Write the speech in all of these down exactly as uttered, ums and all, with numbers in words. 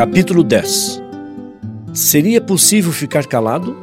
Capítulo dez. Seria possível ficar calado?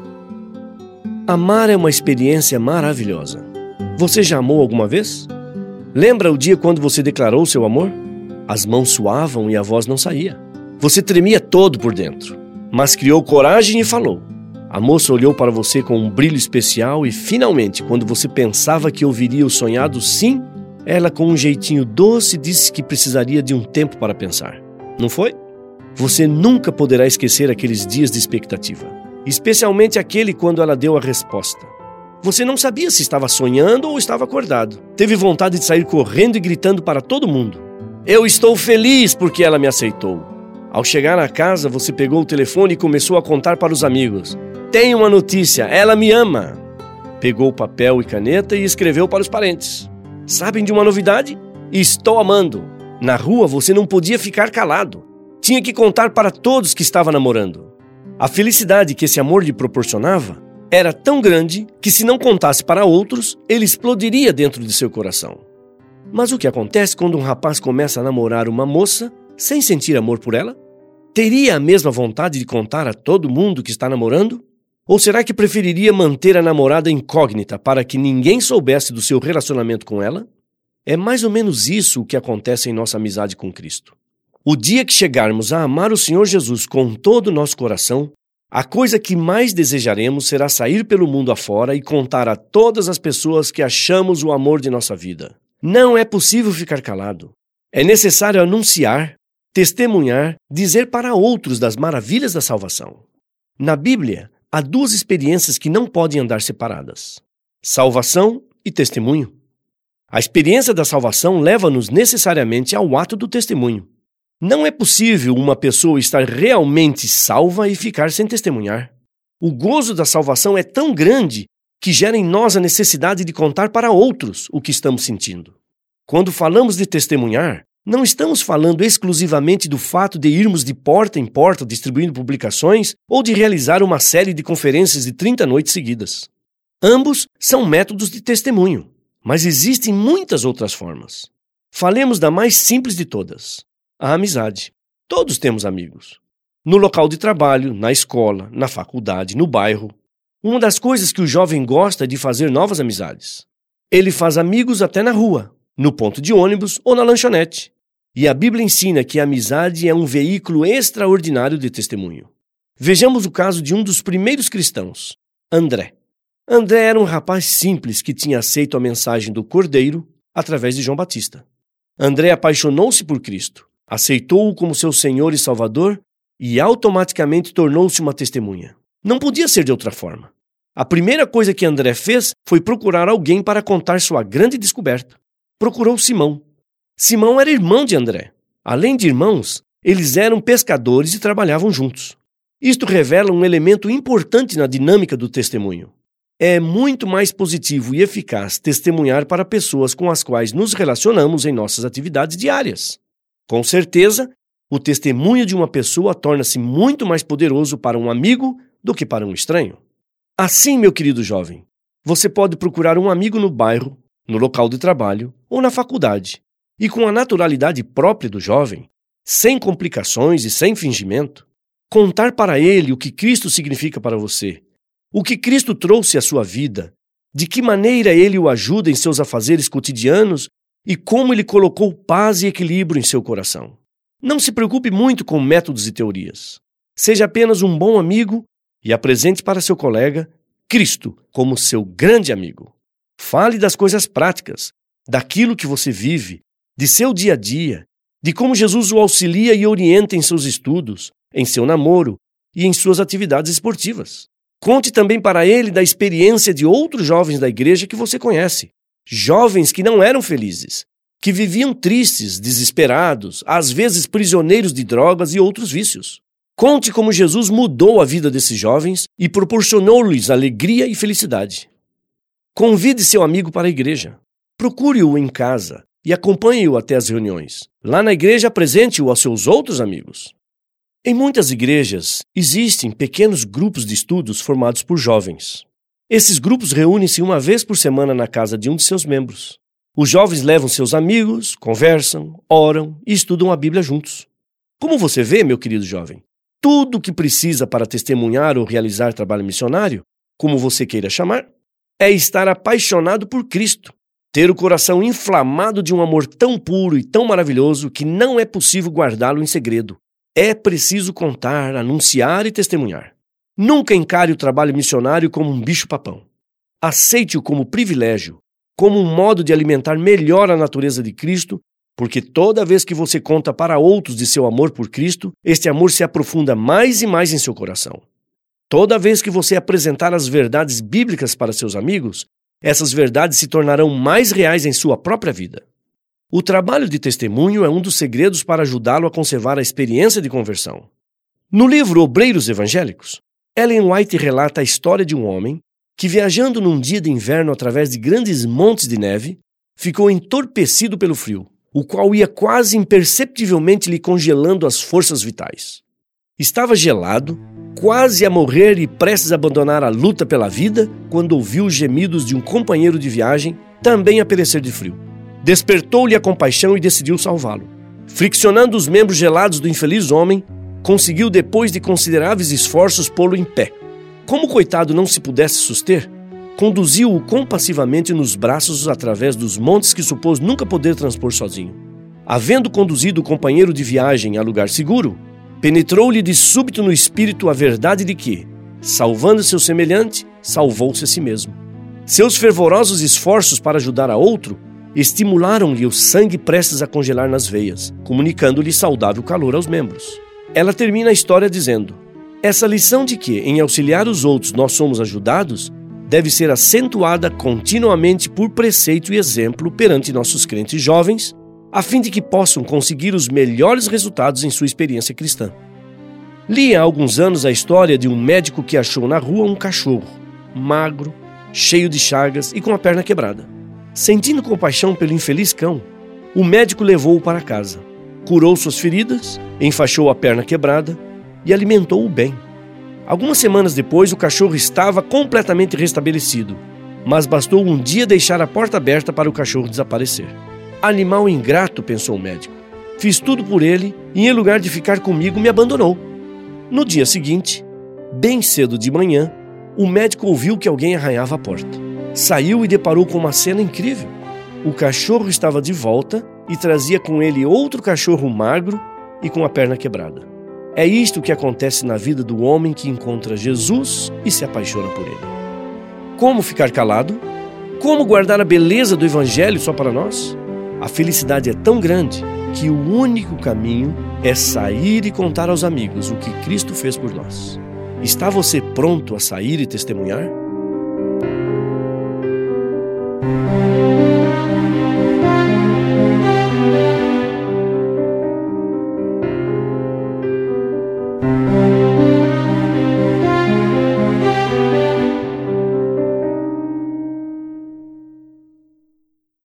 Amar é uma experiência maravilhosa. Você já amou alguma vez? Lembra o dia quando você declarou seu amor? As mãos suavam e a voz não saía. Você tremia todo por dentro, mas criou coragem e falou. A moça olhou para você com um brilho especial e, finalmente, quando você pensava que ouviria o sonhado sim, ela, com um jeitinho doce, disse que precisaria de um tempo para pensar. Não foi? Você nunca poderá esquecer aqueles dias de expectativa, especialmente aquele quando ela deu a resposta. Você não sabia se estava sonhando ou estava acordado. Teve vontade de sair correndo e gritando para todo mundo. Eu estou feliz porque ela me aceitou. Ao chegar à casa, você pegou o telefone e começou a contar para os amigos. Tenho uma notícia, ela me ama. Pegou papel e caneta e escreveu para os parentes. Sabem de uma novidade? Estou amando. Na rua você não podia ficar calado. Tinha que contar para todos que estava namorando. A felicidade que esse amor lhe proporcionava era tão grande que, se não contasse para outros, ele explodiria dentro de seu coração. Mas o que acontece quando um rapaz começa a namorar uma moça sem sentir amor por ela? Teria a mesma vontade de contar a todo mundo que está namorando? Ou será que preferiria manter a namorada incógnita para que ninguém soubesse do seu relacionamento com ela? É mais ou menos isso o que acontece em nossa amizade com Cristo. O dia que chegarmos a amar o Senhor Jesus com todo o nosso coração, a coisa que mais desejaremos será sair pelo mundo afora e contar a todas as pessoas que achamos o amor de nossa vida. Não é possível ficar calado. É necessário anunciar, testemunhar, dizer para outros das maravilhas da salvação. Na Bíblia, há duas experiências que não podem andar separadas: salvação e testemunho. A experiência da salvação leva-nos necessariamente ao ato do testemunho. Não é possível uma pessoa estar realmente salva e ficar sem testemunhar. O gozo da salvação é tão grande que gera em nós a necessidade de contar para outros o que estamos sentindo. Quando falamos de testemunhar, não estamos falando exclusivamente do fato de irmos de porta em porta distribuindo publicações ou de realizar uma série de conferências de trinta noites seguidas. Ambos são métodos de testemunho, mas existem muitas outras formas. Falemos da mais simples de todas: a amizade. Todos temos amigos. No local de trabalho, na escola, na faculdade, no bairro. Uma das coisas que o jovem gosta é de fazer novas amizades. Ele faz amigos até na rua, no ponto de ônibus ou na lanchonete. E a Bíblia ensina que a amizade é um veículo extraordinário de testemunho. Vejamos o caso de um dos primeiros cristãos, André. André era um rapaz simples que tinha aceito a mensagem do Cordeiro através de João Batista. André apaixonou-se por Cristo, aceitou-o como seu Senhor e Salvador e automaticamente tornou-se uma testemunha. Não podia ser de outra forma. A primeira coisa que André fez foi procurar alguém para contar sua grande descoberta. Procurou Simão. Simão era irmão de André. Além de irmãos, eles eram pescadores e trabalhavam juntos. Isto revela um elemento importante na dinâmica do testemunho. É muito mais positivo e eficaz testemunhar para pessoas com as quais nos relacionamos em nossas atividades diárias. Com certeza, o testemunho de uma pessoa torna-se muito mais poderoso para um amigo do que para um estranho. Assim, meu querido jovem, você pode procurar um amigo no bairro, no local de trabalho ou na faculdade, e com a naturalidade própria do jovem, sem complicações e sem fingimento, contar para ele o que Cristo significa para você, o que Cristo trouxe à sua vida, de que maneira ele o ajuda em seus afazeres cotidianos e como ele colocou paz e equilíbrio em seu coração. Não se preocupe muito com métodos e teorias. Seja apenas um bom amigo e apresente para seu colega Cristo como seu grande amigo. Fale das coisas práticas, daquilo que você vive, de seu dia a dia, de como Jesus o auxilia e orienta em seus estudos, em seu namoro e em suas atividades esportivas. Conte também para ele da experiência de outros jovens da igreja que você conhece. Jovens que não eram felizes, que viviam tristes, desesperados, às vezes prisioneiros de drogas e outros vícios. Conte como Jesus mudou a vida desses jovens e proporcionou-lhes alegria e felicidade. Convide seu amigo para a igreja. Procure-o em casa e acompanhe-o até as reuniões. Lá na igreja, apresente-o aos seus outros amigos. Em muitas igrejas, existem pequenos grupos de estudos formados por jovens. Esses grupos reúnem-se uma vez por semana na casa de um de seus membros. Os jovens levam seus amigos, conversam, oram e estudam a Bíblia juntos. Como você vê, meu querido jovem, tudo o que precisa para testemunhar ou realizar trabalho missionário, como você queira chamar, é estar apaixonado por Cristo, ter o coração inflamado de um amor tão puro e tão maravilhoso que não é possível guardá-lo em segredo. É preciso contar, anunciar e testemunhar. Nunca encare o trabalho missionário como um bicho-papão. Aceite-o como privilégio, como um modo de alimentar melhor a natureza de Cristo, porque toda vez que você conta para outros de seu amor por Cristo, este amor se aprofunda mais e mais em seu coração. Toda vez que você apresentar as verdades bíblicas para seus amigos, essas verdades se tornarão mais reais em sua própria vida. O trabalho de testemunho é um dos segredos para ajudá-lo a conservar a experiência de conversão. No livro Obreiros Evangélicos, Ellen White relata a história de um homem que, viajando num dia de inverno através de grandes montes de neve, ficou entorpecido pelo frio, o qual ia quase imperceptivelmente lhe congelando as forças vitais. Estava gelado, quase a morrer e prestes a abandonar a luta pela vida, quando ouviu os gemidos de um companheiro de viagem, também a perecer de frio. Despertou-lhe a compaixão e decidiu salvá-lo. Friccionando os membros gelados do infeliz homem, conseguiu, depois de consideráveis esforços, pô-lo em pé. Como o coitado não se pudesse suster, conduziu-o compassivamente nos braços através dos montes que supôs nunca poder transpor sozinho. Havendo conduzido o companheiro de viagem a lugar seguro, penetrou-lhe de súbito no espírito a verdade de que, salvando seu semelhante, salvou-se a si mesmo. Seus fervorosos esforços para ajudar a outro estimularam-lhe o sangue prestes a congelar nas veias, comunicando-lhe saudável calor aos membros. Ela termina a história dizendo: essa lição de que, em auxiliar os outros, nós somos ajudados, deve ser acentuada continuamente por preceito e exemplo perante nossos crentes jovens, a fim de que possam conseguir os melhores resultados em sua experiência cristã. Li há alguns anos a história de um médico que achou na rua um cachorro, magro, cheio de chagas e com a perna quebrada. Sentindo compaixão pelo infeliz cão, o médico levou-o para casa, curou suas feridas, enfaixou a perna quebrada e alimentou-o bem. Algumas semanas depois, o cachorro estava completamente restabelecido, mas bastou um dia deixar a porta aberta para o cachorro desaparecer. Animal ingrato, pensou o médico. Fiz tudo por ele e, em lugar de ficar comigo, me abandonou. No dia seguinte, bem cedo de manhã, o médico ouviu que alguém arranhava a porta. Saiu e deparou com uma cena incrível. O cachorro estava de volta e trazia com ele outro cachorro magro e com a perna quebrada. É isto que acontece na vida do homem que encontra Jesus e se apaixona por ele. Como ficar calado? Como guardar a beleza do Evangelho só para nós? A felicidade é tão grande que o único caminho é sair e contar aos amigos o que Cristo fez por nós. Está você pronto a sair e testemunhar?